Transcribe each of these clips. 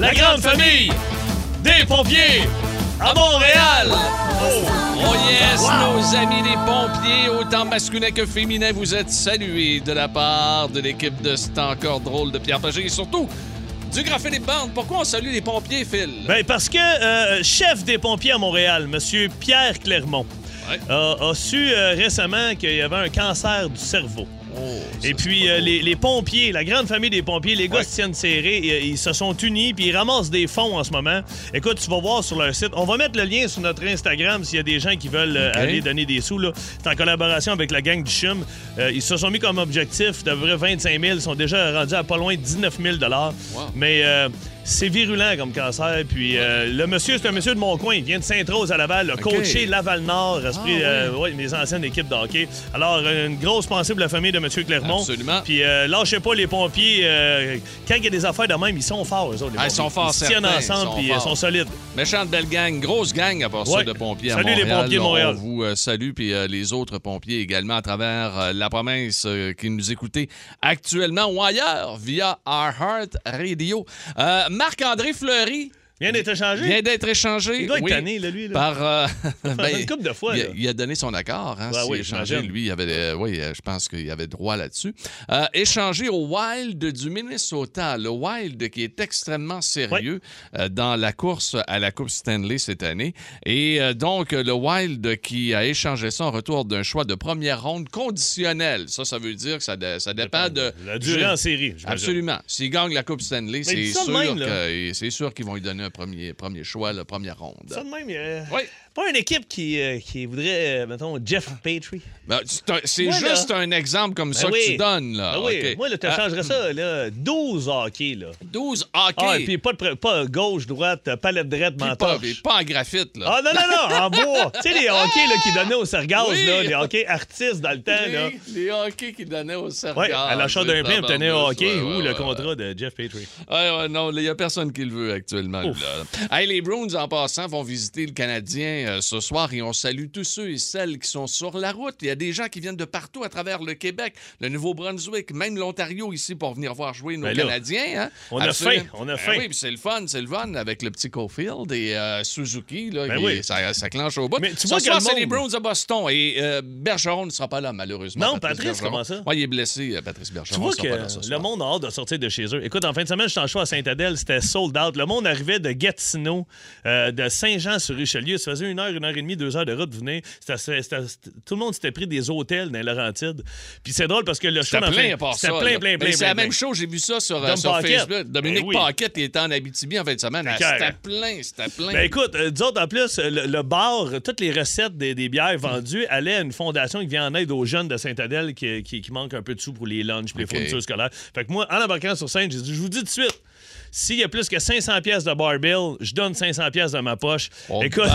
la grande famille des pompiers à Montréal. Oh yes, nos amis les pompiers, autant masculins que féminins, vous êtes salués de la part de l'équipe de C'est encore drôle de Pierre Pagé et surtout du Grand Philippe Bande. Pourquoi on salue les pompiers, Phil? Ben parce que chef des pompiers à Montréal, M. Pierre Clermont, a su récemment qu'il y avait un cancer du cerveau. Et puis, les pompiers, la grande famille des pompiers, les gars se tiennent serrés, ils se sont unis, puis ils ramassent des fonds en ce moment. Écoute, tu vas voir sur leur site. On va mettre le lien sur notre Instagram s'il y a des gens qui veulent aller donner des sous. Là. C'est en collaboration avec la gang du CHUM. Ils se sont mis comme objectif d'à peu près 25 000. Ils sont déjà rendus à pas loin de 19 000 $. Mais... c'est virulent comme cancer. Puis le monsieur, c'est un monsieur de mon coin. Il vient de Sainte-Rose à Laval, a coaché Laval-Nord, mes anciennes équipes de hockey. Alors, une grosse pensée pour la famille de monsieur Clermont. Absolument. Puis lâchez pas les pompiers. Quand il y a des affaires de même, ils sont forts, eux autres. Ils sont forts, ils se tiennent ensemble, puis ils sont solides. Méchante belle gang, grosse gang à part ça de pompiers à Montréal. Salut les pompiers de Montréal. On vous salue, puis les autres pompiers également à travers la province qui nous écoutez actuellement ou ailleurs via Our Heart Radio. Marc-André Fleury vient d'être échangé. Il doit être tanné, là, lui. Là. Par une couple de fois. Il a donné son accord. Hein, échangé. Lui, il avait, je pense qu'il avait droit là-dessus. Échangé au Wild du Minnesota. Le Wild qui est extrêmement sérieux dans la course à la Coupe Stanley cette année. Et donc, le Wild qui a échangé ça en retour d'un choix de première ronde conditionnel. Ça veut dire que ça dépend de... La durée en série, j'imagine. Absolument. S'il gagne la Coupe Stanley, c'est sûr qu'ils vont lui donner un premier choix, la première ronde. Ça de même, pas une équipe qui voudrait, mettons, Jeff Petrie. Ben, c'est juste un exemple comme ça que tu donnes, là. Okay. Moi, tu changerais ça, là, 12 hockey, là. 12 hockey. Et puis pas gauche, droite, palette droite, menton. Pas en graphite, là. Non, en bois. Tu sais, les hockey là, qui donnaient au Sergaz, là, les hockey artistes dans le temps, là. Les hockey qui donnaient au Sergaz. Oui, à l'achat d'un plein, obtenait un hockey ou le contrat de Jeff Petrie. Non, il n'y a personne qui le veut actuellement. Là. Hey, les Bruins, en passant, vont visiter le Canadien ce soir et on salue tous ceux et celles qui sont sur la route. Il y a des gens qui viennent de partout à travers le Québec, le Nouveau-Brunswick, même l'Ontario ici pour venir voir jouer nos Canadiens. Hein? On a faim. Oui, puis c'est le fun avec le petit Caulfield et Suzuki. Là, ça clenche au bout. Mais tu vois ce soir, c'est les Bruins à Boston et Bergeron ne sera pas là, malheureusement. Non, Patrice, comment ça? Oui, il est blessé, Patrice Bergeron. Tu vois que le monde a hâte de sortir de chez eux. Écoute, en fin de semaine, je suis en show à Saint-Adèle, c'était sold out. Le monde arrivait de Gatineau, de Saint-Jean-sur-Richelieu. Ça faisait 1 heure et demie, 2 heures de route. Venez. Tout le monde s'était pris des hôtels dans les Laurentides. Puis c'est drôle parce que le show... C'était plein. C'est la même chose, j'ai vu ça sur Facebook. Dominique Paquette, il était en Abitibi en fin de semaine. C'était plein. Ben écoute, nous autres, en plus, le bar, toutes les recettes des bières vendues allaient à une fondation qui vient en aide aux jeunes de Saint-Adèle qui manquent un peu de sous pour les lunchs et les fournitures scolaires. Fait que moi, en embarquant sur scène, j'ai dit, je vous dis tout de suite, s'il y a plus que 500 pièces de bar bill, je donne 500 pièces dans ma poche. Écoute,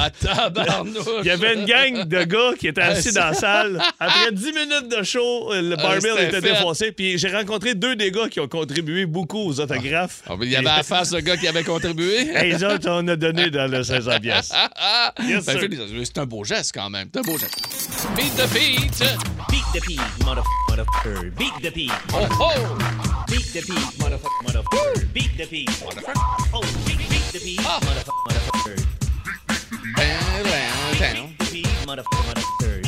il y avait une gang de gars qui étaient assis dans la salle. Après 10 minutes de show, le bar bill était défoncé. Puis j'ai rencontré 2 des gars qui ont contribué beaucoup aux autographes. Il y avait la face de gars qui avait contribué. Et les autres, on a donné dans le 500 pièces. C'est un beau geste quand même. C'est un beau geste. Beat the beat. Beat the beat, motherfucker. Beat the beat. Oh, oh. Beat the beat, motherfucker. Beat the beat, motherfucker. Oh, beat the beat, motherfucker. Beat the beat, motherfucker.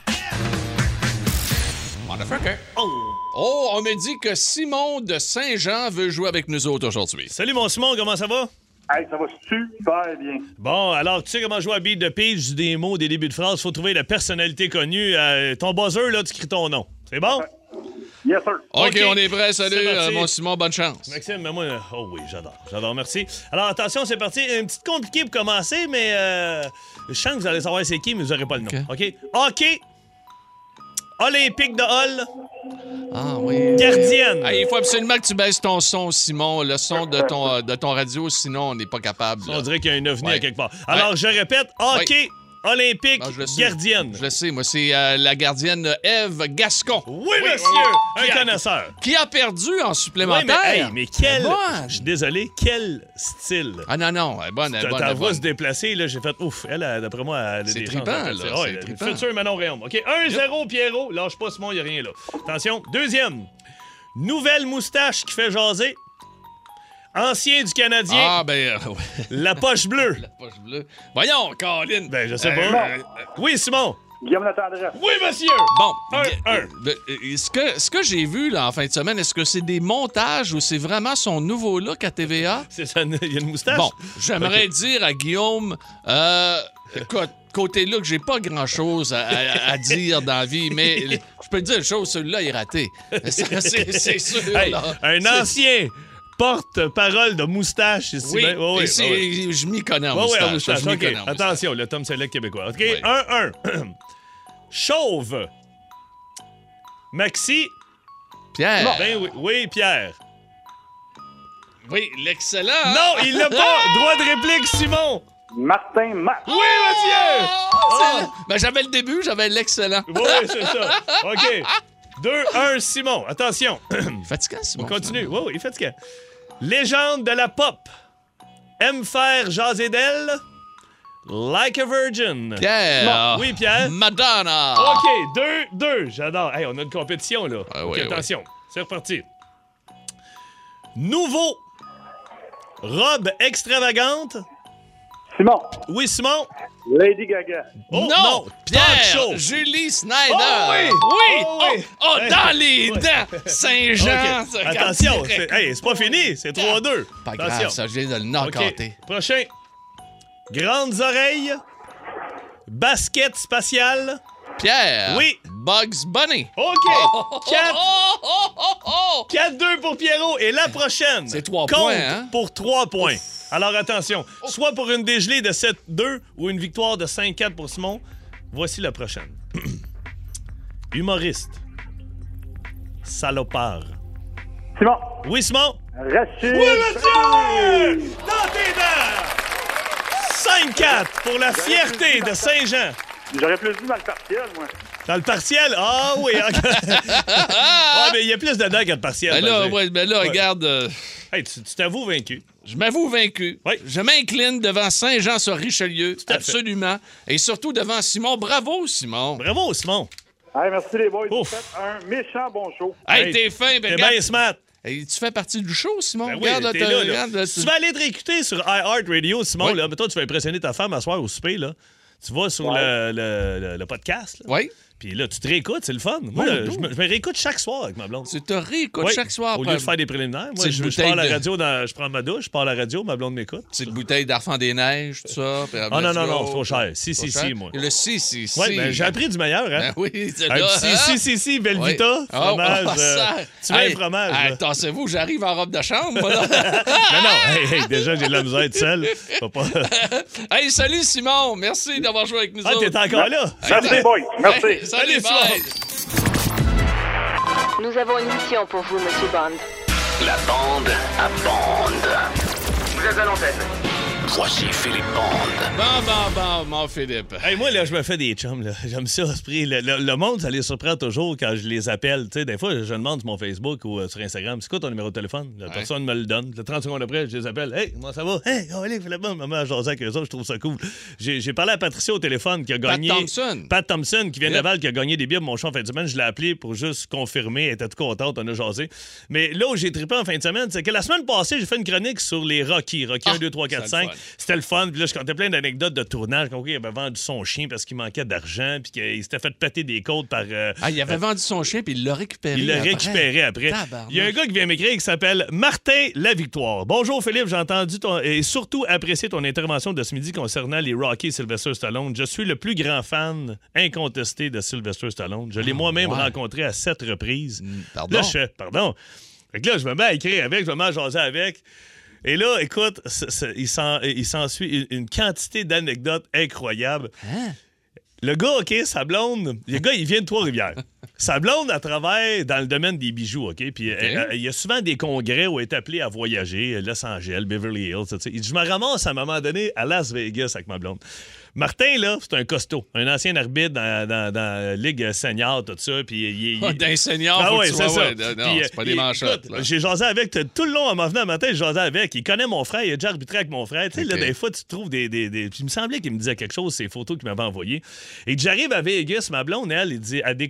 Motherfucker. Oh, on me dit que Simon de Saint-Jean veut jouer avec nous autres aujourd'hui. Salut mon Simon, comment ça va? Hey, ça va super bien. Bon, alors, tu sais comment jouer à Beat the Page, je dis des mots, des débuts de phrases, faut trouver la personnalité connue. Ton buzzer, là, tu cries ton nom. C'est bon? Yes, sir. OK, on est prêt. Salut, mon Simon, bonne chance. Maxime, mais moi, oh oui, j'adore, merci. Alors, attention, c'est parti. Une petite compliquée pour commencer, mais je sens que vous allez savoir c'est qui, mais vous n'aurez pas le nom. OK? Hockey. Olympique de Hull. Ah oui. Gardienne. Hey, il faut absolument que tu baisses ton son, Simon, le son de ton radio, sinon on n'est pas capable. On dirait qu'il y a un ovni à quelque part. Alors, je répète, hockey. Olympique, gardienne. Je le sais, moi, c'est la gardienne Ève Gascon. Oui, monsieur! Un connaisseur. Qui a perdu en supplémentaire. Oui, mais quel... Je suis désolé, quel style. Ah non, elle est bonne, elle est bonne. Ta voix se déplacer, là, j'ai fait ouf. Elle, d'après moi, elle a des chances. Là, c'est trippant. Futur Manon Réaume. OK, 1-0 Pierrot. Lâche pas, Simon, il n'y a rien là. Attention, deuxième. Nouvelle moustache qui fait jaser. Ancien du Canadien. Ah, ben, ouais. La poche bleue. La poche bleue. Voyons, Colin. Ben, je sais pas. Oui, Simon. Guillaume Latendresse. Oui, monsieur. Bon, Un. ce que j'ai vu là, en fin de semaine, est-ce que c'est des montages ou c'est vraiment son nouveau look à TVA? C'est ça, il y a une moustache. Bon, j'aimerais dire à Guillaume, côté look, j'ai pas grand-chose à dire dans la vie, mais je peux te dire une chose, celui-là est raté. C'est sûr. Hey, là. un ancien porte-parole de moustache ici. Oui, Ben, oui, je m'y connais en oui, moustache. en moustache. Je m'y OK. connais en moustache. Attention, le Tom Selleck québécois. OK, Oui. 1-1. Chauve. Maxi. Pierre. Ben oui, oui, Pierre. Oui, l'excellent. Non, il l'a pas. Droit de réplique, Simon. Martin Matt. Oui, Mathieu. Oh! Ben, j'avais le début, j'avais l'excellent. Oui, c'est ça. OK. 2-1, Simon. Attention. Fatigant, Simon. On continue. Oui, il est fatiguant. Légende de la pop. Aime faire jaser d'elle. Like a virgin. Pierre. Oui, Pierre. Madonna. OK, 2-2. J'adore. Hey, on a une compétition, là. Ah, OK, oui, attention. C'est reparti. Nouveau. Robe extravagante. Simon. Oui, Simon. Lady Gaga. Oh, non, Pierre. Talk show. Julie Snyder. Oh, oui. Oui. Oh, oui. Oh, Hey. dans les Oui. dents. Saint-Jean. OK. ça, Attention, quand- c'est pas fini, c'est 3-2. Pas Attention. grave, ça, je viens de le knock-outer. OK. Prochain. Grandes oreilles. Basket spatial. Pierre. Oui. Bugs Bunny. OK. 4. Oh, oh, oh, oh. 4-2 pour Pierrot. Et la prochaine. C'est 3 compte points, hein? pour 3 points. Alors attention, soit pour une dégelée de 7-2 ou une victoire de 5-4 pour Simon. Voici la prochaine. Humoriste. Salopard. Simon. Oui, Simon? Rachid. Oui, monsieur! Dans tes dents! 5-4 pour la fierté de Saint-Jean. J'aurais plus dit dans le partiel, moi. Dans le partiel? Ah oui! Ah, mais il y a plus de dents que de partiel. Ben là, vas-y. ouais, ben là, Ouais. regarde, Hey, tu t'avoues vaincu. je m'avoue vaincu. Oui. Je m'incline devant Saint-Jean sur Richelieu, à fait. absolument. Et surtout devant Simon. Bravo, Simon. Bravo, Simon. Hey, merci les boys. Vous Ouf. faites un méchant bon show. Hey, Hey, t'es fin, ben T'es regarde. bien smart. Hey, tu fais partie du show, Simon. Ben oui, regarde, t'es là. regarde, là, Si tu vas aller te réécouter sur iHeartRadio, Simon, Oui. là, mettons, tu vas impressionner ta femme à soir au souper, là. Tu vas sur le podcast, là. Oui. Puis là, tu te réécoutes, c'est le fun. Moi, je me réécoute chaque soir avec ma blonde. Tu te réécoutes Oui. chaque soir. Au lieu de faire des préliminaires, moi, Petite je bouteille pars à la de- radio, je prends ma douche, je pars à la radio, ma blonde m'écoute. Petite bouteille d'Arfand des Neiges, tout ça. puis Ah let's non, go. c'est trop cher. Si, Trop si, cher. si, moi. Et le si. Oui, ben, j'ai appris du meilleur, hein? Ben oui, c'est Un là. petit si, Belvita, Oui. fromage. ça. Tu veux un Hey, fromage, hey, là? Attendez-vous, j'arrive en robe de chambre, moi, là. Non, déjà, j'ai de la misère à être seul. Faut pas... Hey, salut Simon, merci d'avoir joué avec nous Ah, autres. t'es encore là? Merci les boys. Merci. Hey, salut, Salut, bye. Nous avons une mission pour vous, Monsieur Bond. La bande à bande. Vous êtes à l'antenne. Voici Philippe Bande. Mon Philippe. Hey, moi, là, je me fais des chums, là. J'aime ça, esprit. Le monde, ça les surprend toujours quand je les appelle. Tu sais, des fois, je demande sur mon Facebook ou sur Instagram, c'est quoi ton numéro de téléphone? La personne me le donne. 30 secondes après, je les appelle. Hey, comment ça va? Hey, allez, Philippe Bond, maman, à jaser avec eux autres, je trouve ça cool. J'ai parlé à Patricia au téléphone qui a gagné. Pat Thompson, qui vient de Yep. Laval, qui a gagné des billets pour mon show en fin de semaine. Je l'ai appelé pour juste confirmer. Elle était toute contente, on a jasé. Mais là où j'ai trippé en fin de semaine, c'est que la semaine passée, j'ai fait une chronique sur les Rocky. Rocky 1, 2, 3, 4, 5. C'était le fun. Puis là, je comptais plein d'anecdotes de tournage. Comme quoi, il avait vendu son chien parce qu'il manquait d'argent. Puis qu'il s'était fait péter des côtes par. Il avait vendu son chien puis il l'a récupéré. Il l'a récupéré après. Tabarnak. Il y a un gars qui vient m'écrire qui s'appelle Martin Lavictoire. Bonjour Philippe, j'ai entendu et surtout apprécié ton intervention de ce midi concernant les Rocky et Sylvester Stallone. Je suis le plus grand fan incontesté de Sylvester Stallone. Je l'ai moi-même rencontré à 7 reprises. Pardon? Là, je fais, pardon. Fait que là, je me mets à écrire avec, je me mets à jaser avec. Et là, écoute, il s'ensuit une quantité d'anecdotes incroyables. Le gars, OK, sa blonde, le gars, il vient de Trois-Rivières. Sa blonde, elle travaille dans le domaine des bijoux, OK? Puis il y a souvent des congrès où elle est appelée à voyager, Los Angeles, Beverly Hills, tu sais. Il dit, je me ramasse à un moment donné à Las Vegas avec ma blonde. Martin, là, c'est un costaud, un ancien arbitre dans la Ligue senior, tout ça. Puis D'un senior, ah faut ouais, que tu c'est vois, ça. ouais, non, c'est pas des manchettes. Écoute, j'ai jasé avec tout le long en m'en venant un matin, j'ai jasé avec. Il connaît mon frère, il a déjà arbitré avec mon frère. Tu sais, là, des fois, tu trouves des. Il me semblait qu'il me disait quelque chose, ces photos qu'il m'avait envoyées. Et que j'arrive à Vegas, ma blonde, elle dit à des congrès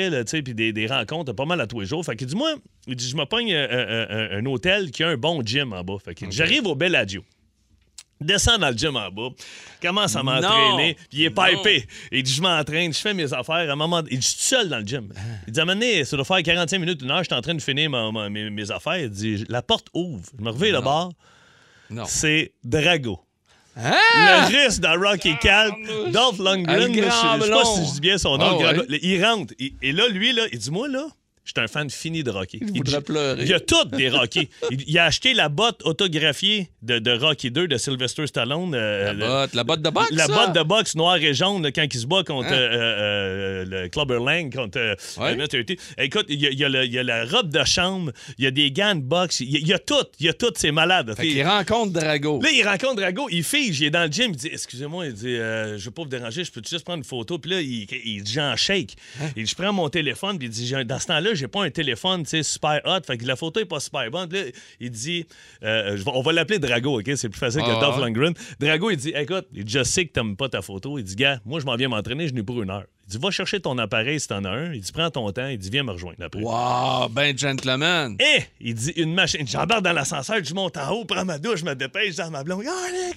fait, là, tu sais, puis des rencontres pas mal à tous les jours. Fait qu'il dit, moi, il dit, je me pogne un hôtel qui a un bon gym en bas. Fait qu'il dit, j'arrive au Bellagio. Descends dans le gym en bas, commence à m'entraîner, puis il est pipé. Il dit, je m'entraîne, je fais mes affaires. À un moment, il dit, je suis seul dans le gym. Il dit, à un moment donné, ça doit faire 45 minutes, une heure, je suis en train de finir mes affaires. Il dit, la porte ouvre. Je me réveille le bar. C'est Drago. Hein? Le russe dans Rocky 4, Dolph Lundgren, je sais pas si je dis bien son nom. Il rentre. Et là, lui, là, il dit, moi, là, je suis un fan fini de Rocky. Il voudrait pleurer. Il y a toutes des Rocky. Il a acheté la botte autographiée de Rocky 2 de Sylvester Stallone. La botte de boxe, La botte de boxe noire et jaune là, quand il se bat contre le Clubber Lang. Contre, écoute, il y a la robe de chambre, il y a des gants de boxe, il y a tout. Il y a tout, c'est malade. Fait qu'il rencontre Drago. Là, il rencontre Drago, il fige, il est dans le gym, il dit, excusez-moi, il dit, je veux pas vous déranger, je peux juste prendre une photo. Puis là, il dit, j'en shake. Il dit, je prends mon téléphone, puis il dit, dans ce temps-là, j'ai pas un téléphone, tu sais, super hot. Fait que la photo est pas super bonne. Puis là, il dit, on va l'appeler Drago, OK? C'est plus facile que Dolph Lundgren. Drago, il dit, écoute, je sais que t'aimes pas ta photo. Il dit, gars, moi, je m'en viens m'entraîner, je n'ai pour 1 heure. Il dit, va chercher ton appareil si t'en as un. Il dit, prends ton temps. Il dit, viens me rejoindre après. Wow, ben gentleman. Il dit, une machine. J'embarque dans l'ascenseur, je monte en haut, prends ma douche, je me dépêche, je dis à ma blonde,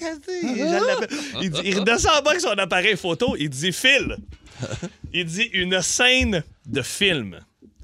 il dit, il redescend en bas avec son appareil photo. Il dit, file. Il dit, une scène de film.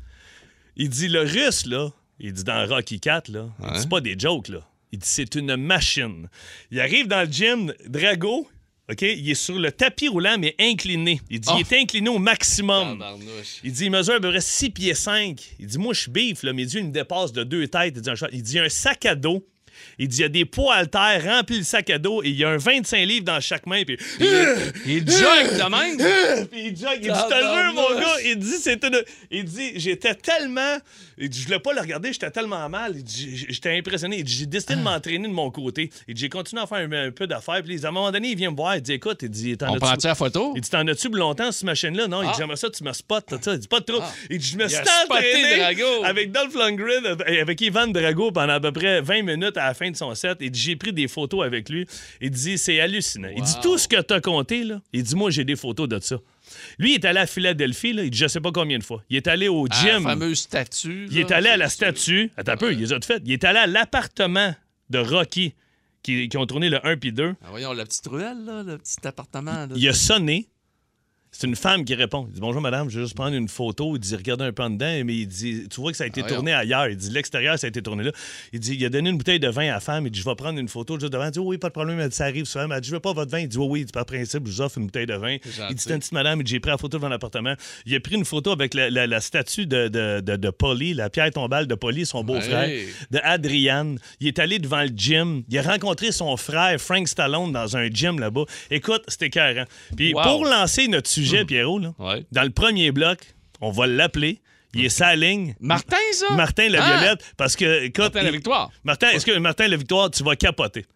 Il dit, le russe, là, il dit dans Rocky 4, là, il dit pas des jokes, là. Il dit, c'est une machine. Il arrive dans le gym, Drago, OK, il est sur le tapis roulant, mais incliné. Il dit, il est incliné au maximum. Il dit, il mesure à peu près 6 pieds 5. Il dit, moi, je suis bif, là, mes yeux, ils me dépassent de 2 têtes. Il dit, un sac à dos. Il dit, il y a des poids haltères remplis le sac à dos et il y a un 25 livres dans chaque main. Puis il jogue de même. Puis il jogue. Il dit, je te jure, mon gars. Il dit, il dit, j'étais tellement... Il dit, je voulais pas le regarder, j'étais tellement mal. Il dit, j'étais impressionné. Il dit, j'ai décidé de m'entraîner de mon côté. Il dit, j'ai continué à faire un peu d'affaires. Puis à un moment donné, il vient me voir. Il dit, écoute, il dit, on prend-tu la photo? Il dit, t'en as-tu longtemps, cette machine-là? Non, il dit, j'aimerais ça, tu me spots. Il dit, pas de trop. Il dit, je me suis entraîné avec Dolph Lundgren, avec Ivan Drago pendant à peu près 20 minutes à la fin de son set. Il dit, j'ai pris des photos avec lui. Il dit, c'est hallucinant. Il dit, tout ce que t'as compté, là, il dit, moi, j'ai des photos de ça. Lui, il est allé à Philadelphie, là, il dit, je sais pas combien de fois. Il est allé au gym. La fameuse statue. Il est allé à la statue. Attends un peu, il les a fait. Il est allé à l'appartement de Rocky qui ont tourné le 1 puis 2. Ah, voyons, la petite ruelle, là, le petit appartement. Là. Il a sonné. C'est une femme qui répond. Il dit, bonjour madame, je vais juste prendre une photo. Il dit, regardez un peu en dedans. Mais il dit, tu vois que ça a été tourné ailleurs. Il dit, l'extérieur, ça a été tourné là. Il dit, il a donné une bouteille de vin à la femme. Il dit, je vais prendre une photo juste devant. Il dit, oui, pas de problème. Elle dit, ça arrive souvent. Elle dit, je veux pas votre vin. Il dit, oui, il dit, par principe, je vous offre une bouteille de vin. Il dit, c'est une petite madame. Il dit, j'ai pris la photo devant l'appartement. Il a pris une photo avec la statue de Polly, la pierre tombale de Polly, son beau-frère, de Adrian. Il est allé devant le gym. Il a rencontré son frère, Frank Stallone, dans un gym là-bas. Écoute, c'était écœurant. Puis pour lancer notre sujet, Pierrot, là, dans le premier bloc, on va l'appeler. Il est sa ligne. Martin, ça? Martin la Violette. Parce que, écoute, Martin la Victoire. Martin, est-ce que Martin la Victoire, tu vas capoter?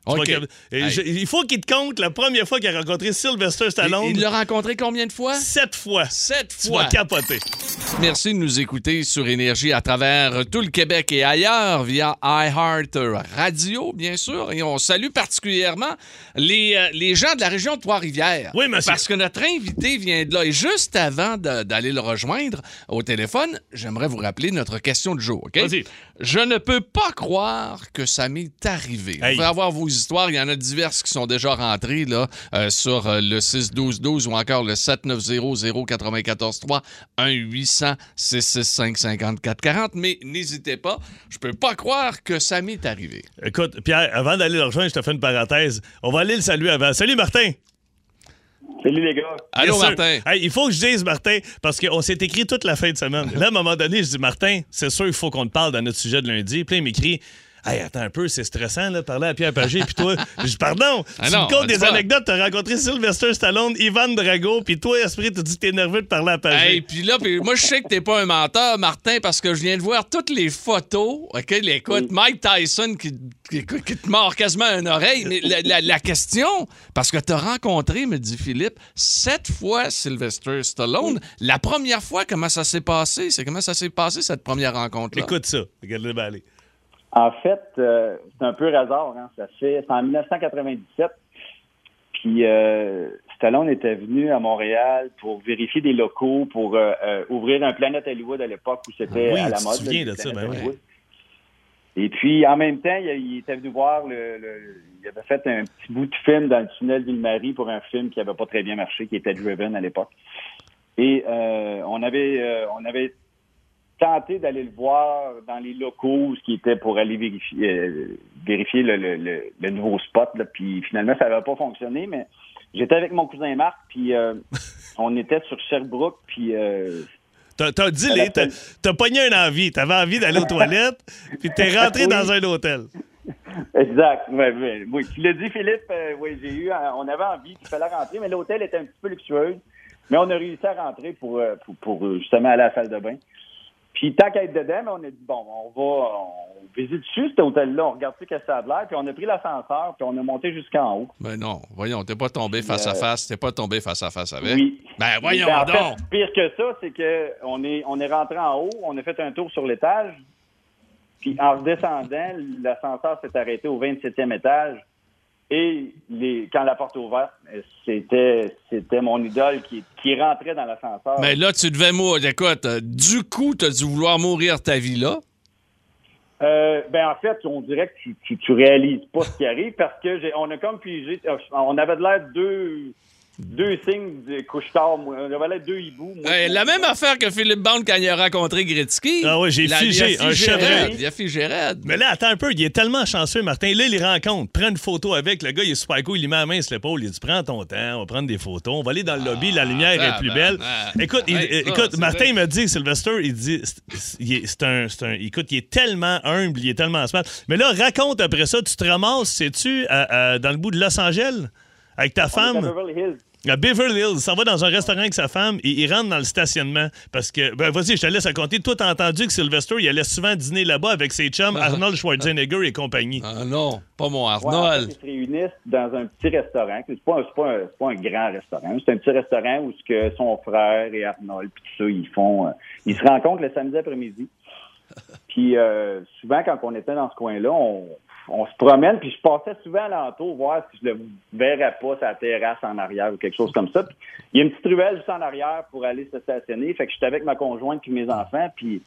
Il faut qu'il te compte la première fois qu'il a rencontré Sylvester Stallone. Il l'a rencontré combien de fois? 7 fois. 7 fois. Tu vas capoter. Merci de nous écouter sur Énergie à travers tout le Québec et ailleurs via iHeart Radio, bien sûr. Et on salue particulièrement les gens de la région de Trois-Rivières. Oui, monsieur. Parce que notre invité vient de là. Et juste avant d'aller le rejoindre au téléphone, j'aimerais vous rappeler notre question du jour. OK? Vas-y. Je ne peux pas croire que ça m'est arrivé. Vous pouvez avoir vos histoires. Il y en a diverses qui sont déjà rentrées là, sur le 6-12-12 ou encore le 790-094-3, 1-800-665-5440. Mais n'hésitez pas, je peux pas croire que ça m'est arrivé. Écoute, Pierre, avant d'aller le rejoindre, je te fais une parenthèse. On va aller le saluer avant. Salut, Martin! Salut les gars. Allô, Martin. Hey, il faut que je dise, Martin, parce qu'on s'est écrit toute la fin de semaine. Là, à un moment donné, je dis, Martin, c'est sûr qu'il faut qu'on te parle dans notre sujet de lundi. Puis là, il m'écrit, hey, attends un peu, c'est stressant, là, parler à Pierre Pagé. Puis toi, je dis, pardon, tu me comptes des anecdotes. T'as rencontré Sylvester Stallone, Ivan Drago, puis toi, Esprit, tu dis que t'es nerveux de parler à Pagé. Hey, puis là, moi, je sais que t'es pas un menteur, Martin, parce que je viens de voir toutes les photos. OK, écoute, Mike Tyson qui te mord quasiment une oreille. Mais la question, parce que t'as rencontré, me dit Philippe, 7 fois Sylvester Stallone. La première fois, comment ça s'est passé? Comment ça s'est passé, cette première rencontre-là? Écoute ça. Regarde-le aller. En fait, c'est un peu hasard. Hein. C'est en 1997. Puis Stallone était venu à Montréal pour vérifier des locaux, pour ouvrir un Planet Hollywood à l'époque où c'était à la mode. Oui, tu te souviens de ça, ben oui. Et puis, en même temps, il était venu voir il avait fait un petit bout de film dans le tunnel d'Île-Marie pour un film qui n'avait pas très bien marché, qui était Driven à l'époque. Et on avait tenté d'aller le voir dans les locaux, ce qui était pour aller vérifier le nouveau spot. Là. Puis finalement, ça n'avait pas fonctionné, mais j'étais avec mon cousin Marc, puis on était sur Sherbrooke, puis... T'as dit, t'as pogné une envie. T'avais envie d'aller aux toilettes, puis t'es rentré dans un hôtel. Exact. Oui, tu l'as dit, Philippe. Oui, on avait envie, il fallait rentrer, mais l'hôtel était un petit peu luxueux. Mais on a réussi à rentrer pour justement aller à la salle de bain. Puis tant qu'à être dedans, on a dit, bon, on visite dessus cet hôtel-là, on regarde qu'est-ce que ça a l'air, puis on a pris l'ascenseur, puis on a monté jusqu'en haut. Ben non, voyons, t'es pas tombé face à face, avec. Oui. Ben voyons en donc! Fait, pire que ça, c'est que on est rentré en haut, on a fait un tour sur l'étage, puis en redescendant, l'ascenseur s'est arrêté au 27e étage, et quand la porte est ouverte, c'était mon idole qui rentrait dans l'ascenseur. Mais là, tu devais mourir. Écoute, du coup, tu as dû vouloir mourir ta vie là? En fait, on dirait que tu réalises pas ce qui arrive parce que on a comme pigé. On avait de l'air deux signes de couche-tard. On avait l'air deux hiboux. La même affaire que Philippe Bond quand il a rencontré Gretzky. Ah oui, j'ai figé un chevret. Il a figé raide. Mais là, attends un peu, il est tellement chanceux, Martin. Là, il les rencontre, prend une photo avec. Le gars, il est super cool, il lui met la main sur l'épaule. Il dit, prends ton temps, on va prendre des photos. On va aller dans le lobby, la lumière est plus belle. Écoute, Martin il m'a dit, Sylvester, il dit, écoute, il est tellement humble, il est tellement smart. Mais là, raconte après ça, tu te ramasses, sais-tu, dans le bout de Los Angeles, avec ta femme. À Beverly Hills. À Beverly Hills, il s'en va dans un restaurant avec sa femme et il rentre dans le stationnement parce que, vas-y, je te laisse raconter. Toi, t'as entendu que Sylvester, il allait souvent dîner là-bas avec ses chums Arnold Schwarzenegger et compagnie. Ah non, pas mon Arnold. Ouais, en fait, ils se réunissent dans un petit restaurant. C'est pas un grand restaurant. C'est un petit restaurant où son frère et Arnold, puis tout ça, ils se rencontrent le samedi après-midi. Puis souvent, quand on était dans ce coin-là, on se promène, puis je passais souvent alentour voir si je le verrais pas sur la terrasse en arrière ou quelque chose comme ça. Puis, il y a une petite ruelle juste en arrière pour aller se stationner. Fait que j'étais avec ma conjointe puis mes enfants, puis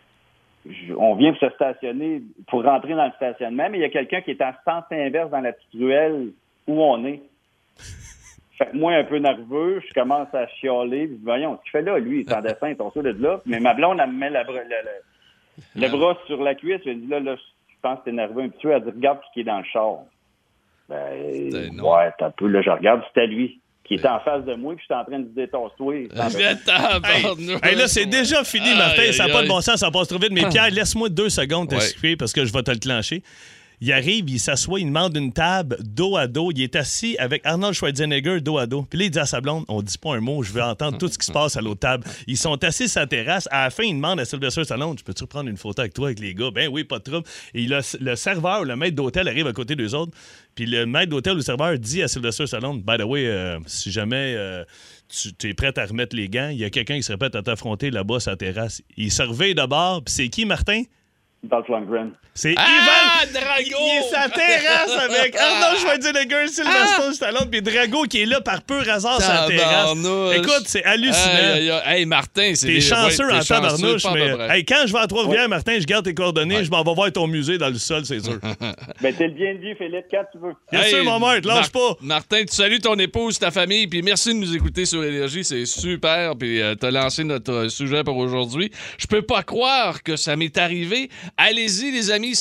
on vient se stationner pour rentrer dans le stationnement, mais il y a quelqu'un qui est en sens inverse dans la petite ruelle où on est. Fait que moi, un peu nerveux, je commence à chialer. Puis, voyons, ce qu'il fait là, lui, il est en dessin, il est tombé de là. Mais ma blonde, elle me met le bras sur la cuisse, elle dit là, je pense que t'es nerveux un petit peu. Elle dit, regarde qui est dans le char. Ouais, t'as un peu, là, je regarde, c'était lui qui était en face de moi, puis j'étais en train de se détasser. Hey, là, c'est déjà fini, Martin. Ça n'a pas de bon sens, ça passe trop vite. Mais Pierre, laisse-moi 2 secondes t'expliquer parce que je vais te le clencher. Il arrive, il s'assoit, il demande une table dos à dos. Il est assis avec Arnold Schwarzenegger dos à dos. Puis là, il dit à sa blonde, on dit pas un mot, je veux entendre tout ce qui se passe à l'autre table. Ils sont assis sur la terrasse. À la fin, il demande à Sylvester Stallone, je peux-tu prendre une photo avec toi, avec les gars? Ben oui, pas de trouble. Et le serveur, le maître d'hôtel arrive à côté d'eux autres. Puis le maître d'hôtel ou le serveur dit à Sylvester Stallone, by the way, si jamais tu es prêt à remettre les gants, il y a quelqu'un qui serait prêt à t'affronter là-bas sur la terrasse. Il surveille d'abord. Puis c'est qui, Martin? Dolph Lundgren. C'est Ivan Drago! Il est sa terrasse avec Arnold Schwarzenegger, Sylvester Stallone, puis Drago qui est là par pur hasard sur la terrasse. Écoute, c'est hallucinant. Hey, Martin, c'est t'es chanceux en tabarnouche, mais hey, quand je vais à Trois-Rivières, Martin, je garde tes coordonnées, je m'en vais voir ton musée dans le sol, c'est sûr. Ben, t'es le bienvenu, Philippe, quand tu veux. Bien sûr, mon maître, lâche pas. Martin, tu salues ton épouse, ta famille, puis merci de nous écouter sur Énergie, c'est super, puis t'as lancé notre sujet pour aujourd'hui. Je peux pas croire que ça m'est arrivé. Allez-y, les amis,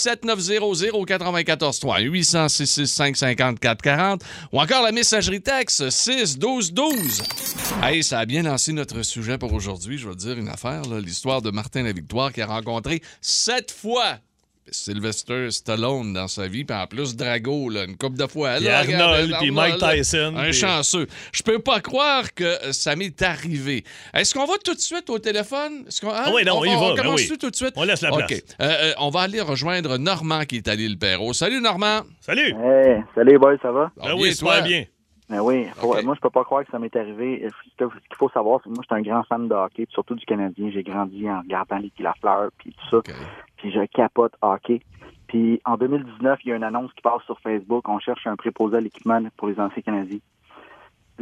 7900-94-3, 800-665-5440 ou encore la messagerie texte 6-12-12. Hey, ça a bien lancé notre sujet pour aujourd'hui. Je vais te dire une affaire, là, l'histoire de Martin Lavictoire qui a rencontré 7 fois Sylvester Stallone dans sa vie, puis en plus Drago, là, une couple de fois. Puis Arnold, puis Mike Tyson. Un chanceux. Je peux pas croire que ça m'est arrivé. Est-ce qu'on va tout de suite au téléphone? Oui, non, on commence tout de suite? On laisse la place. OK. On va aller rejoindre Normand qui est à l'île Perrot. Salut, Normand. Hey, Salut. salut, boy, ça va? Ah oui, super bien. Ben oui, Okay. Moi, je peux pas croire que ça m'est arrivé. Ce qu'il faut savoir, c'est que moi, je suis un grand fan de hockey, puis surtout du Canadien. J'ai grandi en regardant Guy Lafleur, puis tout ça. Okay. Puis je capote hockey. Puis en 2019, il y a une annonce qui passe sur Facebook. On cherche un préposé à l'équipement pour les anciens Canadiens. Là,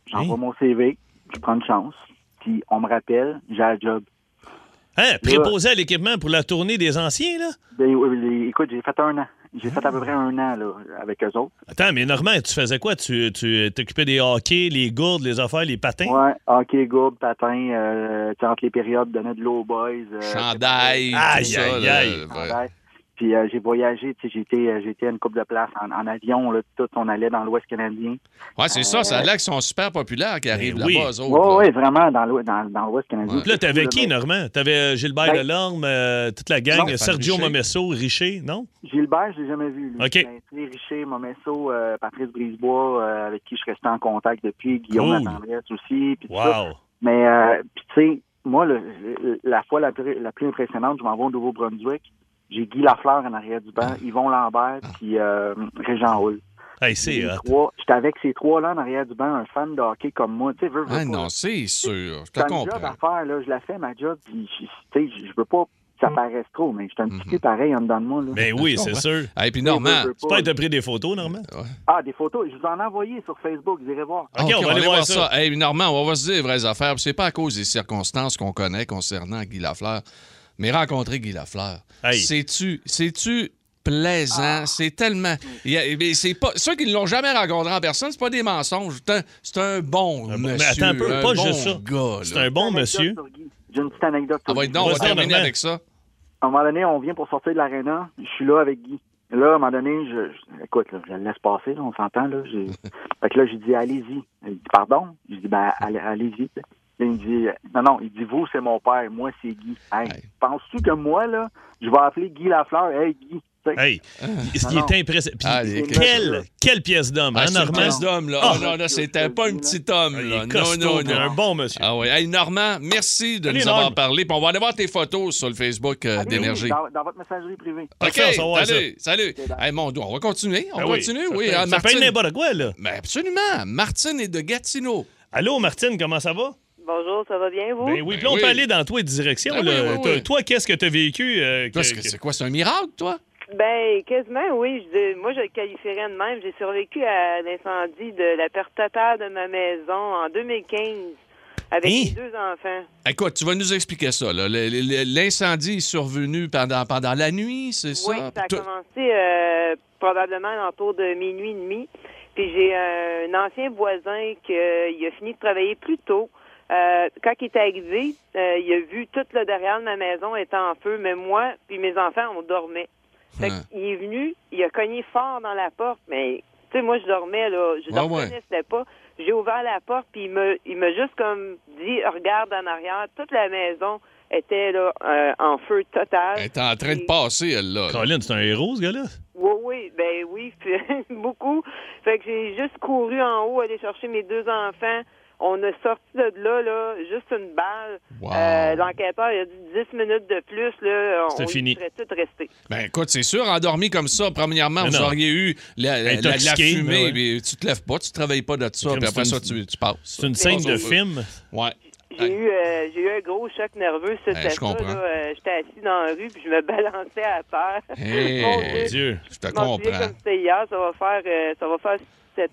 J'envoie mon CV, je prends une chance, puis on me rappelle, j'ai un job. Hein, préposé à l'équipement pour la tournée des anciens, là? Écoute, j'ai fait 1 an. J'ai fait à peu près 1 an là, avec eux autres. Attends, mais Normand, tu faisais quoi? Tu t'occupais des hockey, les gourdes, les affaires, les patins? Ouais, hockey, gourde, patin, entre les périodes, donnait de l'eau boys. Chandail, aïe, tout ça, aïe, là, aïe. ouais. Puis j'ai voyagé, tu sais, j'étais à une couple de places en avion, là, tout, on allait dans l'Ouest canadien. Ouais, c'est ça a l'air qu'ils sont super populaires, qui arrivent oui. là-bas, eux autres. Oui, vraiment, dans l'Ouest canadien. Puis là, t'avais qui, Normand? T'avais Gilbert Delorme, toute la gang, Non, Sergio Richer. Momesso, Richer, non? Gilbert, je l'ai jamais vu. Lui. OK. Mais, Richer, Momesso, Patrice Brisebois, avec qui je restais en contact depuis, Guillaume Cool. Latendresse aussi. Puis tout ça. Wow! Mais, puis tu sais, moi, la fois la plus impressionnante, je m'en vais au Nouveau-Brunswick. J'ai Guy Lafleur en arrière du banc, Yvon Lambert, puis Régent Hull. Hey, c'est hot. J'étais avec ces 3-là en arrière du banc, un fan de hockey comme moi. Tu sais, veux Ah pas, non, c'est sûr. Je te c'est une job comprends. à faire, là. Je la fais, ma job, puis tu sais, je veux pas que ça paraisse trop, mais j'étais un petit peu pareil en dedans de moi, là. Ben oui, c'est sûr. Et puis Normand, J'espère que t'as pris des photos, Normand. Ah, des photos, je vous en ai envoyé sur Facebook, vous irez voir. OK, on va aller voir ça. Hey, Normand, on va se dire les vraies affaires. C'est pas à cause des circonstances qu'on connaît concernant Guy Lafleur, mais rencontrer Guy Lafleur, Hey. c'est-tu plaisant? C'est tellement... mais c'est pas... Ceux qui ne l'ont jamais rencontré en personne, c'est pas des mensonges. C'est un bon monsieur. Mais attends un peu, un pas bon juste ça. gars, C'est là. un bon Une anecdote monsieur. sur Guy. J'ai une petite anecdote sur Ah, va Guy. être donc, on va Vas-y, terminer Normand. avec ça. À un moment donné, on vient pour sortir de l'aréna. Je suis là avec Guy. Et là, à un moment donné, écoute, là, je le laisse passer, là, on s'entend. Là, fait que là, j'ai dit, allez-y. Il dit, pardon? Je dis, ben, allez-y. Là, il me dit, non, il dit, vous, c'est mon père, moi, c'est Guy. Hey, penses-tu que moi, là, je vais appeler Guy Lafleur? Hey, Guy. Hey, il Non. est impressionnant. Puis, Ah, il est quelle pièce d'homme, hein, C'est une Normand? pièce d'homme, là. Ah. Oh, non, c'était pas un petit homme, Il là. est costaud, puis un bon monsieur. Ah oui. Hey, Normand, merci de Salut, nous avoir Norm. parlé. Puis on va aller voir tes photos sur le Facebook Allez-y, d'Énergie. dans votre messagerie privée. OK, Parfait, on va voir salut. Hey, mon Dieu, on va continuer. On Ben continue, oui. Ça Martine. paye n'importe quoi, là. Ben absolument. Martine est de Gatineau. Allô, Martine, comment ça va? Bonjour, ça va bien, vous? Ben oui, puis là, on oui. peut aller dans toi et direction. Ben là. oui, oui, oui. Toi, qu'est-ce que t'as vécu? Toi, c'est quoi? C'est un miracle, toi? Ben, quasiment, oui. Moi, je le qualifierais de même. J'ai survécu à l'incendie de la perte totale de ma maison en 2015 avec Hein? mes 2 enfants. Écoute, tu vas nous expliquer ça. Là. L'incendie est survenu pendant la nuit, c'est ça? Oui, ça a commencé probablement à l'entour de minuit et demi. Puis j'ai un ancien voisin qui a fini de travailler plus tôt. Quand il est arrivé, il a vu tout le derrière de ma maison était en feu, mais moi puis mes enfants, on dormait. Fait qu'il est venu, il a cogné fort dans la porte, mais tu sais, moi je dormais là, je ne reconnaissais pas. J'ai ouvert la porte puis il m'a juste comme dit regarde en arrière, toute la maison était là en feu total. Elle est en train de passer, elle, là. Colin, c'est un héros, ce gars-là? Oui, puis beaucoup. Fait que j'ai juste couru en haut, aller chercher mes 2 enfants. On a sorti de là, juste une balle. Wow. L'enquêteur, il a dit 10 minutes de plus, là, on fini. y serait tous restés. Ben écoute, c'est sûr, endormi comme ça, premièrement, Mais vous non. auriez eu de la Intoxiqué, fumée, mais ouais. mais tu te lèves pas, tu travailles pas de ça, Comme puis après c'est ça, une- tu passes. C'est une scène de film. Ouais. J'ai eu un gros choc nerveux, c'était je ça. comprends. Là, j'étais assis dans la rue, puis je me balançais à terre. Hey, Mon Dieu. Je te Je m'en souviens comprends. comme c'était hier, ça va faire c'est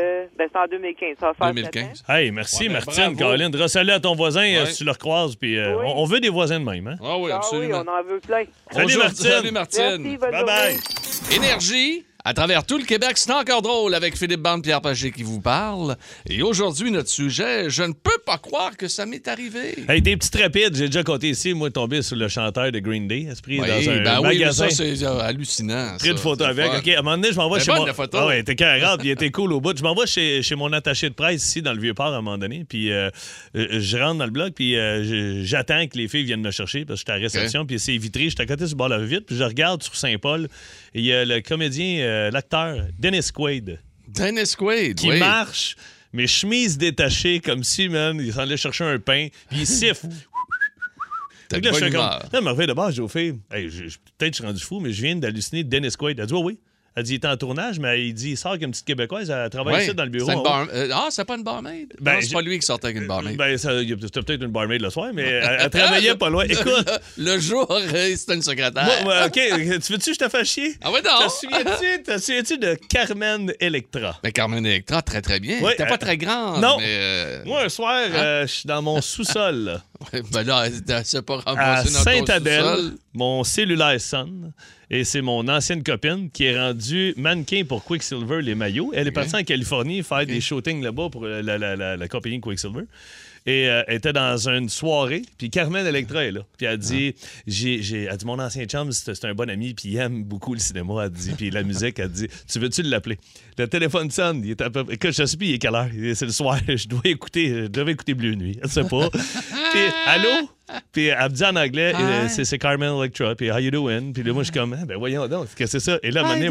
en 2015. Ça va faire 2015. Hey, merci, Ouais, ben, Martine, bravo. Colin. Salut à ton voisin Ouais. si tu le recroises. Puis, Oui. on veut des voisins de même, hein? Ah oui, Ah oui, absolument. on en veut plein. Salut, Bonjour, Martine. Salut, Martine. Merci, bonne Bye-bye. journée. Énergie, à travers tout le Québec, c'est encore drôle avec Philippe Bande, Pierre Pagé qui vous parle. Et aujourd'hui, notre sujet, je ne peux pas croire que ça m'est arrivé. Hey, des petites rapides. J'ai déjà compté ici, moi, tombé sur le chanteur de Green Day. Esprit Oui, dans un ben oui, mais magasin. ça, c'est hallucinant. Pris de ça. photos C'est avec. fun. OK, à un moment donné, je m'envoie C'est chez bonne, mon... la photo. Ah ouais, était carré, puis il était cool au bout. Je m'envoie chez mon attaché de presse ici, dans le Vieux-Port, à un moment donné. Puis je rentre dans le bloc, puis j'attends que les filles viennent me chercher, parce que j'étais à la réception, puis c'est vitré. J'étais à côté sur le bord de la vitre, puis je regarde sur Saint-Paul, et il y a le comédien, l'acteur, Dennis Quaid, Dennis Quaid, qui oui. marche, mais chemise détachée, comme si, man, il s'en allait chercher un pain, puis il siffle. T'as Fait de que là, bonne je fais comme. humeur. Là, je me réveille de base, j'ai au fait. Hey, peut-être que je suis rendu fou, mais je viens d'halluciner Dennis Quaid. Elle dit, oh oui. Elle dit, il est en tournage, mais il dit, il sort avec une petite Québécoise, elle travaille ici dans le bureau. C'est pas une barmaid? Ben, non, c'est pas lui qui sortait avec une barmaid. Ben, c'était peut-être une barmaid le soir, mais elle travaillait pas loin. Écoute. Le jour, c'était une secrétaire. OK, tu veux-tu que je te fasse chier? Ah ouais, non. Te souviens-tu de Carmen Electra? Ben, Carmen Electra, très, très bien. Oui, T'es pas très grande. Non. Mais Moi, un soir, je suis dans mon sous-sol. Là. Ben là, c'est pas À ramassé dans ton Sainte-Adèle, sous-sol. mon cellulaire sonne. Et c'est mon ancienne copine qui est rendue mannequin pour Quicksilver, les maillots. Elle est partie en Californie faire des shootings là-bas pour la compagnie Quicksilver. Et elle était dans une soirée, puis Carmen Electra est là. Puis elle dit, elle dit, mon ancien chum, c'est un bon ami, puis il aime beaucoup le cinéma, elle dit, puis la musique, elle dit, tu veux-tu l'appeler? Le téléphone sonne, il est à peu près, écoute, je sais plus il est quelle heure, c'est le soir, je devais écouter Bleu Nuit, je sais pas. Puis, allô? Puis elle me dit en anglais, c'est Carmen Electra, puis how you doing? Puis là, moi, je suis comme, ben voyons donc, qu'est-ce que c'est ça? Et là, à un moment donné,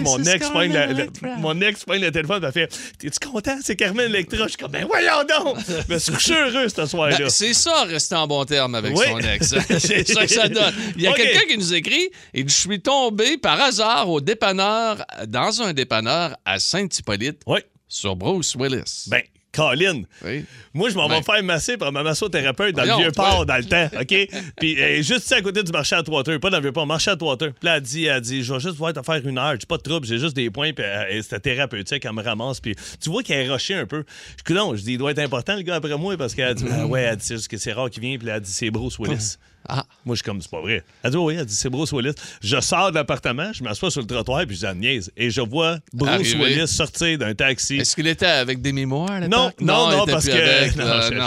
mon ex pogne le téléphone, puis elle fait, t'es-tu content? C'est Carmen Electra. Je suis comme, ben voyons donc! Mais je suis heureux ce soir-là. Ben, c'est ça, rester en bon terme avec son ex. C'est ça que ça donne. Il y a quelqu'un qui nous écrit, et je suis tombé par hasard dans un dépanneur à Saint-Hippolyte, sur Bruce Willis. Ben, Colin, moi, je m'en vais faire masser par ma massothérapeute dans le Vieux-Port dans le temps, OK? Puis juste à côté du marché à Atwater, pas dans le Vieux-Port, marché à Atwater. Puis là, elle dit, je vais juste pouvoir te faire 1 heure, j'ai pas de trouble, j'ai juste des points, puis c'était thérapeutique, elle me ramasse, puis tu vois qu'elle est rushée un peu. Je dis, il doit être important, le gars, après moi, parce qu'elle dit, elle dit, c'est juste que c'est rare qu'il vient, puis là, elle dit, c'est Bruce Willis. Moi, je suis comme, c'est pas vrai. Elle dit, elle dit, c'est Bruce Willis. Je sors de l'appartement, je m'assois sur le trottoir, puis je dis, niaise. Et je vois Bruce Willis sortir d'un taxi. Est-ce qu'il était avec des mémoires? Non, parce que.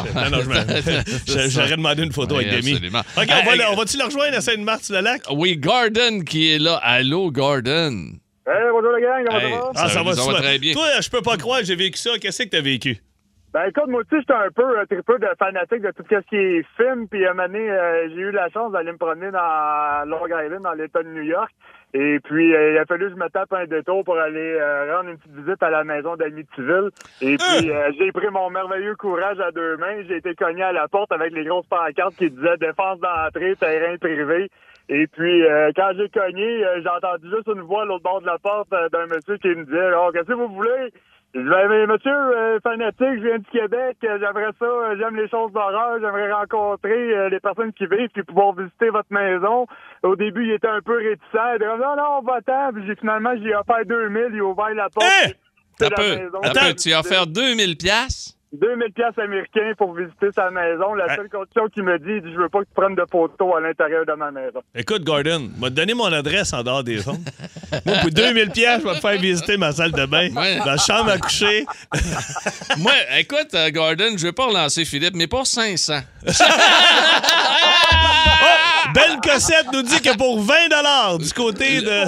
J'aurais demandé une photo avec Demi. OK, on va-tu le rejoindre à Sainte-Marthe-le-Lac? Oui, Gordon qui est là. Allô, Gordon. Bonjour la gang, comment ça va? Ça va très bien. Toi, je peux pas croire que j'ai vécu ça. Qu'est-ce que t'as vécu? Ben écoute, moi aussi, j'étais un peu tripeux de fanatique de tout ce qui est film. Puis à un moment donné, j'ai eu la chance d'aller me promener dans Long Island, dans l'État de New York. Et puis, il a fallu que je me tape un détour pour aller rendre une petite visite à la maison d'Amityville. Et puis, j'ai pris mon merveilleux courage à 2 mains. J'ai été cogné à la porte avec les grosses pancartes qui disaient « Défense d'entrée, terrain privé ». Et puis, quand j'ai cogné, j'ai entendu juste une voix à l'autre bord de la porte d'un monsieur qui me disait « Oh, qu'est-ce que vous voulez? » Je dis, ben, monsieur, fanatique, je viens du Québec, j'aimerais ça, j'aime les choses d'horreur, j'aimerais rencontrer les personnes qui vivent puis pouvoir visiter votre maison. Au début, il était un peu réticent, il dit, non, va-t'en, puis finalement, j'ai offert 2000, il a ouvert la porte. Attends, tu as offert 2000 $? 2000 $ américains pour visiter sa maison. La seule condition qu'il me dit, je veux pas que tu prennes de photos à l'intérieur de ma maison. Écoute, Gordon, m'a donné mon adresse en dehors des ondes. Moi, pour 2000 $, je vais te faire visiter ma salle de bain, ma chambre à coucher. Moi, écoute, Gordon, je vais pas relancer Philippe, mais pour 500. Belle Cossette nous dit que pour 20 $ du côté de...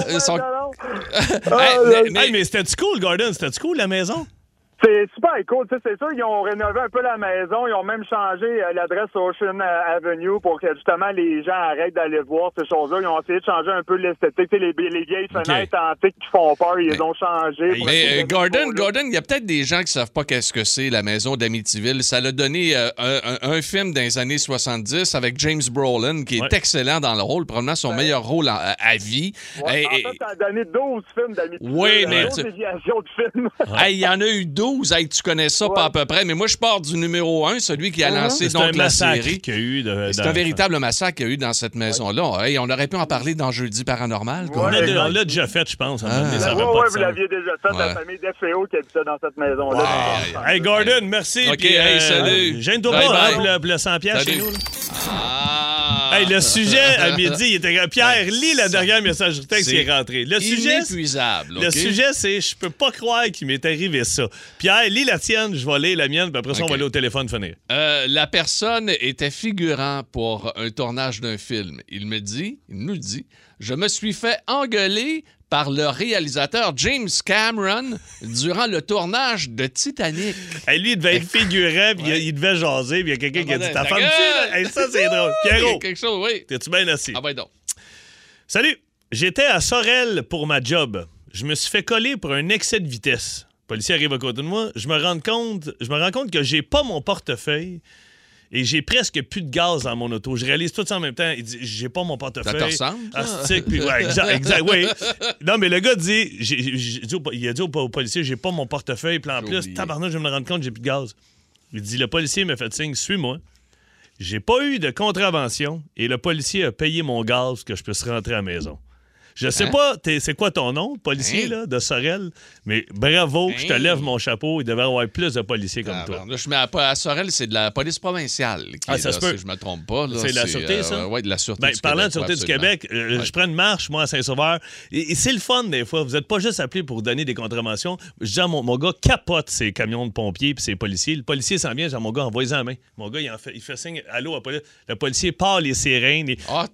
mais c'était-tu cool, Gordon? C'était-tu cool, la maison? C'est super cool. C'est sûr, ils ont rénové un peu la maison. Ils ont même changé l'adresse Ocean Avenue pour que, justement, les gens arrêtent d'aller voir ces choses-là. Ils ont essayé de changer un peu l'esthétique. Les vieilles fenêtres antiques qui font peur, ils les ont changées. Mais Gordon, il y a peut-être des gens qui savent pas qu'est-ce que c'est, la maison d'Amityville. Ça l'a donné un film dans les années 70 avec James Brolin, qui est excellent dans le rôle, probablement son meilleur rôle à vie. Ouais, en fait, ça a donné 12 films d'Amityville. Oui, mais... 12 déviations de films. Il y en a eu 12. Hey, tu connais ça pas à peu près, mais moi, je pars du numéro 1, celui qui a lancé donc la série. C'est un véritable massacre qu'il y a eu dans cette maison-là. Hey, on aurait pu en parler dans Jeudi Paranormal. On l'a déjà fait, je pense. Oui, vous l'aviez déjà fait, la famille d'FEO qui habitait dans cette maison-là. Hey, Gordon, merci. OK, hey, salut. Gêne-toi pas pour le 100 $ chez nous. Hey, le sujet, à midi, il était... Pierre, lis la dernière messagerie texte qui est rentrée. Le sujet, inépuisable. Le sujet, c'est « Je peux pas croire qu'il m'est arrivé ça ». Pierre, lis la tienne, je vais lire la mienne, puis après ça, on va aller au téléphone finir. La personne était figurant pour un tournage d'un film. Il nous dit, je me suis fait engueuler par le réalisateur James Cameron durant le tournage de Titanic. Hey, lui, il devait être figurant, puis il devait jaser, puis il y a quelqu'un qui a dit « Ta femme tue, hey, ça, c'est drôle. » Pierrot, quelque chose, oui. T'es-tu bien assis? Ah ben donc. Salut, j'étais à Sorel pour ma job. Je me suis fait coller pour un excès de vitesse. Le policier arrive à côté de moi. Je me rends compte que j'ai pas mon portefeuille et j'ai presque plus de gaz dans mon auto. Je réalise tout ça en même temps. Il dit, j'ai pas mon portefeuille. Ça te ressemble? Puis, ouais, exact, oui. Non, mais le gars dit, il a dit au policier, j'ai pas mon portefeuille. Puis en plus, tabarnak, je vais me rendre compte, j'ai plus de gaz. Il dit, le policier m'a fait signe, suis-moi. J'ai pas eu de contravention et le policier a payé mon gaz que je puisse rentrer à la maison. Je sais pas, c'est quoi ton nom, policier, là, de Sorel, mais bravo, je te lève mon chapeau. Il devrait y avoir plus de policiers comme toi. Là, je mets à Sorel, c'est de la police provinciale. Qui ça est se là, peut. Si je me trompe pas. Là, c'est de la sûreté, ça? Oui, de la sûreté du Québec. Parlant de sûreté du Québec, je prends une marche, moi, à Saint-Sauveur, et c'est le fun, des fois. Vous n'êtes pas juste appelé pour donner des contraventions. Je dis à mon gars, capote ses camions de pompiers puis ses policiers. Le policier s'en vient, j'ai mon gars, envoie-en la main. Mon gars, il fait signe, allô, à la police. Le policier part les sirènes.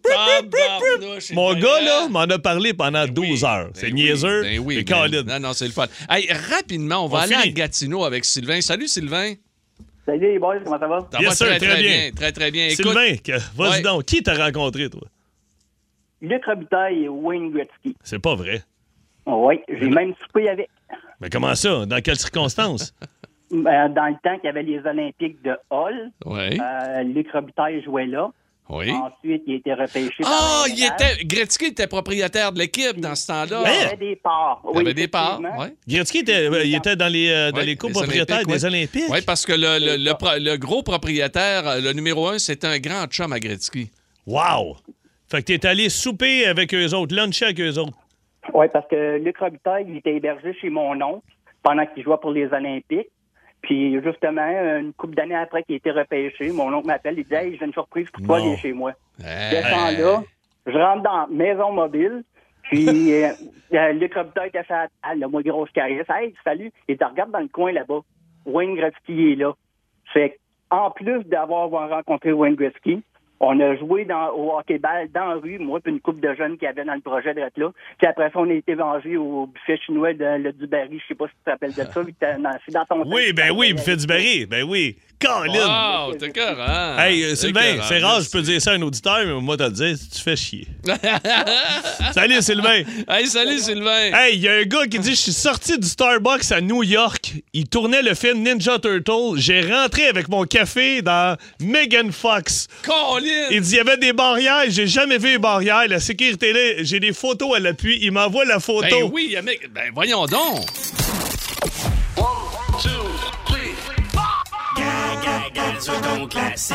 Mon gars, là, m'en a parlé pendant 12 heures. C'est niaiseux. Oui, non, c'est le fun. Hey, rapidement, on va aller à Gatineau avec Sylvain. Salut, Sylvain. Salut, les boys, comment ça va? Ça va très bien. Très, très bien. Écoute, Sylvain, vas-y donc. Qui t'a rencontré, toi? Luc Robitaille et Wayne Gretzky. C'est pas vrai. Oui, j'ai même soupé avec. Mais comment ça? Dans quelles circonstances? Dans le temps qu'il y avait les Olympiques de Hall, Luc Robitaille jouait là. Oui. Ensuite, il a été repêché. Gretzky était propriétaire de l'équipe dans ce temps-là. Il avait des parts. Il avait des parts, oui. Gretzky était dans les copropriétaires des Olympiques. Oui, parce que le gros propriétaire, le numéro 1, c'était un grand chum à Gretzky. Wow! Fait que t'es allé souper avec eux autres, luncher avec eux autres. Oui, parce que Luc Robitaille, il était hébergé chez mon oncle pendant qu'il jouait pour les Olympiques. Puis, justement, une couple d'années après qu'il a été repêché, mon oncle m'appelle, il dit « Hey, j'ai une surprise pour toi, viens chez moi. » Je descends là, je rentre dans la maison mobile, puis Luc Robitaille était fait « Ah, là, moi, grosse caresse. Hey, salut. » Il te regarde dans le coin là-bas. Wayne Gretzky est là. Fait en plus d'avoir rencontré Wayne Gretzky, on a joué au hockey-ball dans la rue, moi puis une couple de jeunes qui avaient dans le projet d'être là. Puis après ça, on a été mangé au buffet chinois de le Dubarry. Je sais pas si tu te rappelles de ça. C'est dans ton Oui, buffet Dubarry. Ben oui. Colin! Wow, t'es carré. Hey, Sylvain, c'est rare, je peux dire ça à un auditeur, mais moi, t'as dit, tu fais chier. Salut, Sylvain. Hey, salut, Sylvain. Hey, il y a un gars qui dit, je suis sorti du Starbucks à New York. Il tournait le film Ninja Turtle. J'ai rentré avec mon café dans Megan Fox. Colin! Il dit, il y avait des barrières. J'ai jamais vu les barrières. La sécurité, là, j'ai des photos à l'appui. Il m'envoie la photo. Ben oui, mec. Ben voyons donc. 1, 2, 3. Gazouille ton classique.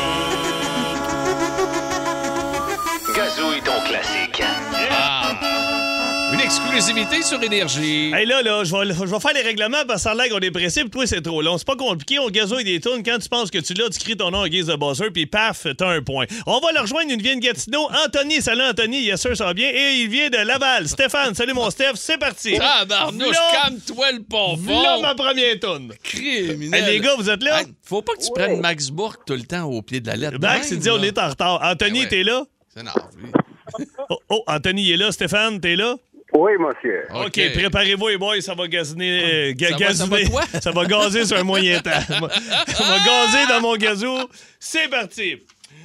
Gazouille ton classique. Une exclusivité sur Énergie. Hey là, je vais faire les règlements parce que ça a l'air qu'on est pressé, puis toi, c'est trop long. C'est pas compliqué, on gazouille des tunes. Quand tu penses que tu l'as, tu cries ton nom en guise de buzzer, puis paf, t'as un point. On va le rejoindre, une vient de Gatineau. Anthony, salut Anthony, yes sir, ça va bien. Et il vient de Laval. Stéphane, salut mon Steph, c'est parti. Ah, Barnouche, calme-toi le pompon. Là, ma première tune. Criminel. Hey, les gars, vous êtes là? Hey, faut pas que tu prennes Max Bourque tout le temps au pied de la lettre. Max, il dit on est en retard. Anthony, t'es là? C'est énorme, oui. Anthony, il est là. Stéphane, t'es là? Oui, monsieur. OK, préparez-vous, les boys, ça va gaziner. Ça va gazer sur un moyen temps. Ça va gazer dans mon gazou. C'est parti.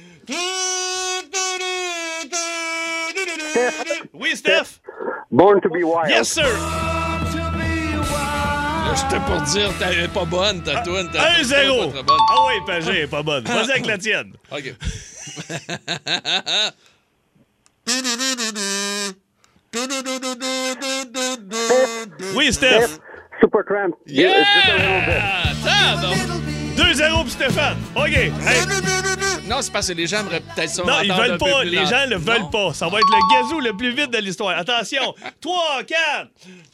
Oui, Steph? Born to be wild. Yes, sir. Là, j'étais pour dire, t'es pas bonne, ta toune. 1-0. Ah oui, Pagé, elle est pas bonne. Vas-y avec la tienne. OK. Oui, Steph. Supertramp. Yeah! 2-0 pour Stéphane. OK. Hey. Non, c'est parce que les gens aimeraient peut-être ça. Non, ils veulent pas. Les gens le veulent pas. Ça va être le gazou le plus vite de l'histoire. Attention. 3, 4.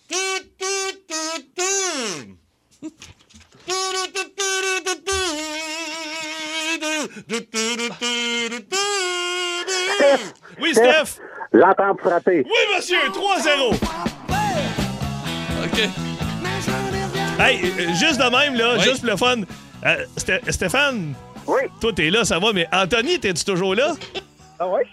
Oui, Steph. J'entends frapper. Oui, monsieur. 3-0. OK. Hey, juste de même, là, juste pour le fun. Stéphane, oui. Toi, t'es là, ça va, mais Anthony, t'es-tu toujours là? Ah oui?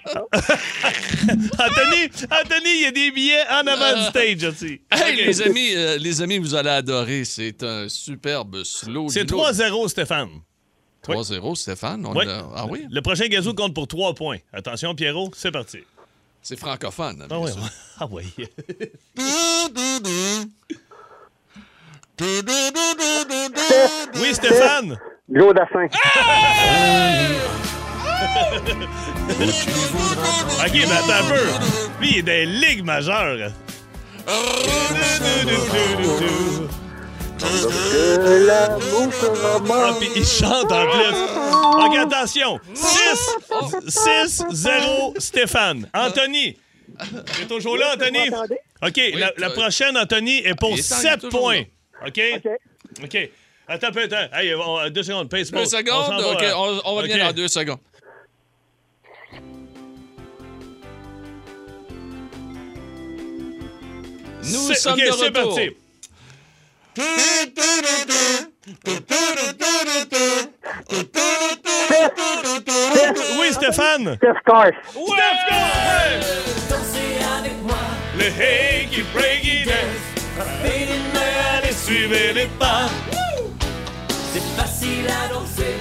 Anthony, il y a des billets en avant du stage aussi. Hey, les amis, vous allez adorer. C'est un superbe slow. C'est 3-0, Stéphane. 3-0, Stéphane? Ah oui? Le prochain gazou compte pour 3 points. Attention, Pierrot, c'est parti. C'est francophone. Ah oui. Ah oui. Oui, Stéphane. Joe Dassin. OK, mais attends un peu. Lui, il est dans les ligues majeures. Ah, puis il chante en plus. OK, attention. 6-0 Stéphane. Anthony. Tu es toujours là, Anthony? OK, Oui, la prochaine, Anthony, est pour 7 points. OK? OK. Attends un peu, attends. Hey, 2 secondes. Pace 2 secondes? OK, on revient dans 2 secondes. Nous sommes de retour. C'est parti. Oui, Stéphane. Steph Curry. Steph Curry. Le hey qui break it dance. Allez, suivez les pas. C'est facile à danser.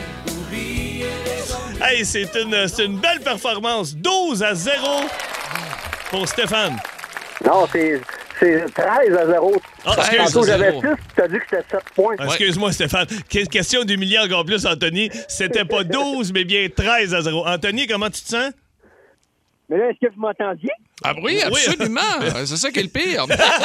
Hey, c'est une belle performance. 12-0 pour Stéphane. Non, c'est 13-0. Ah, Tantôt, j'avais 6, tu as dit que c'était 7 points. Excuse-moi, Stéphane. Question d'humilier encore plus, Anthony. C'était pas 12, mais bien 13-0. Anthony, comment tu te sens? Mais là, est-ce que vous m'entendiez? Ah oui, absolument. C'est ça qui est le pire.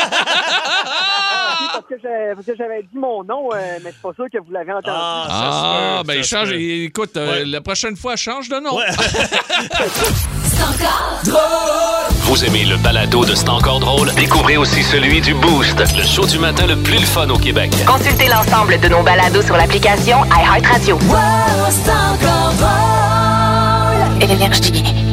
Parce que j'avais dit mon nom, mais c'est pas sûr que vous l'avez entendu. Ben change. Écoute, la prochaine fois, change de nom. C'est encore drôle. Vous aimez le balado de C'est encore drôle? Découvrez aussi celui du Boost, le show du matin le plus le fun au Québec. Consultez l'ensemble de nos balados sur l'application iHeartRadio. Wow, c'est encore drôle. Énergie.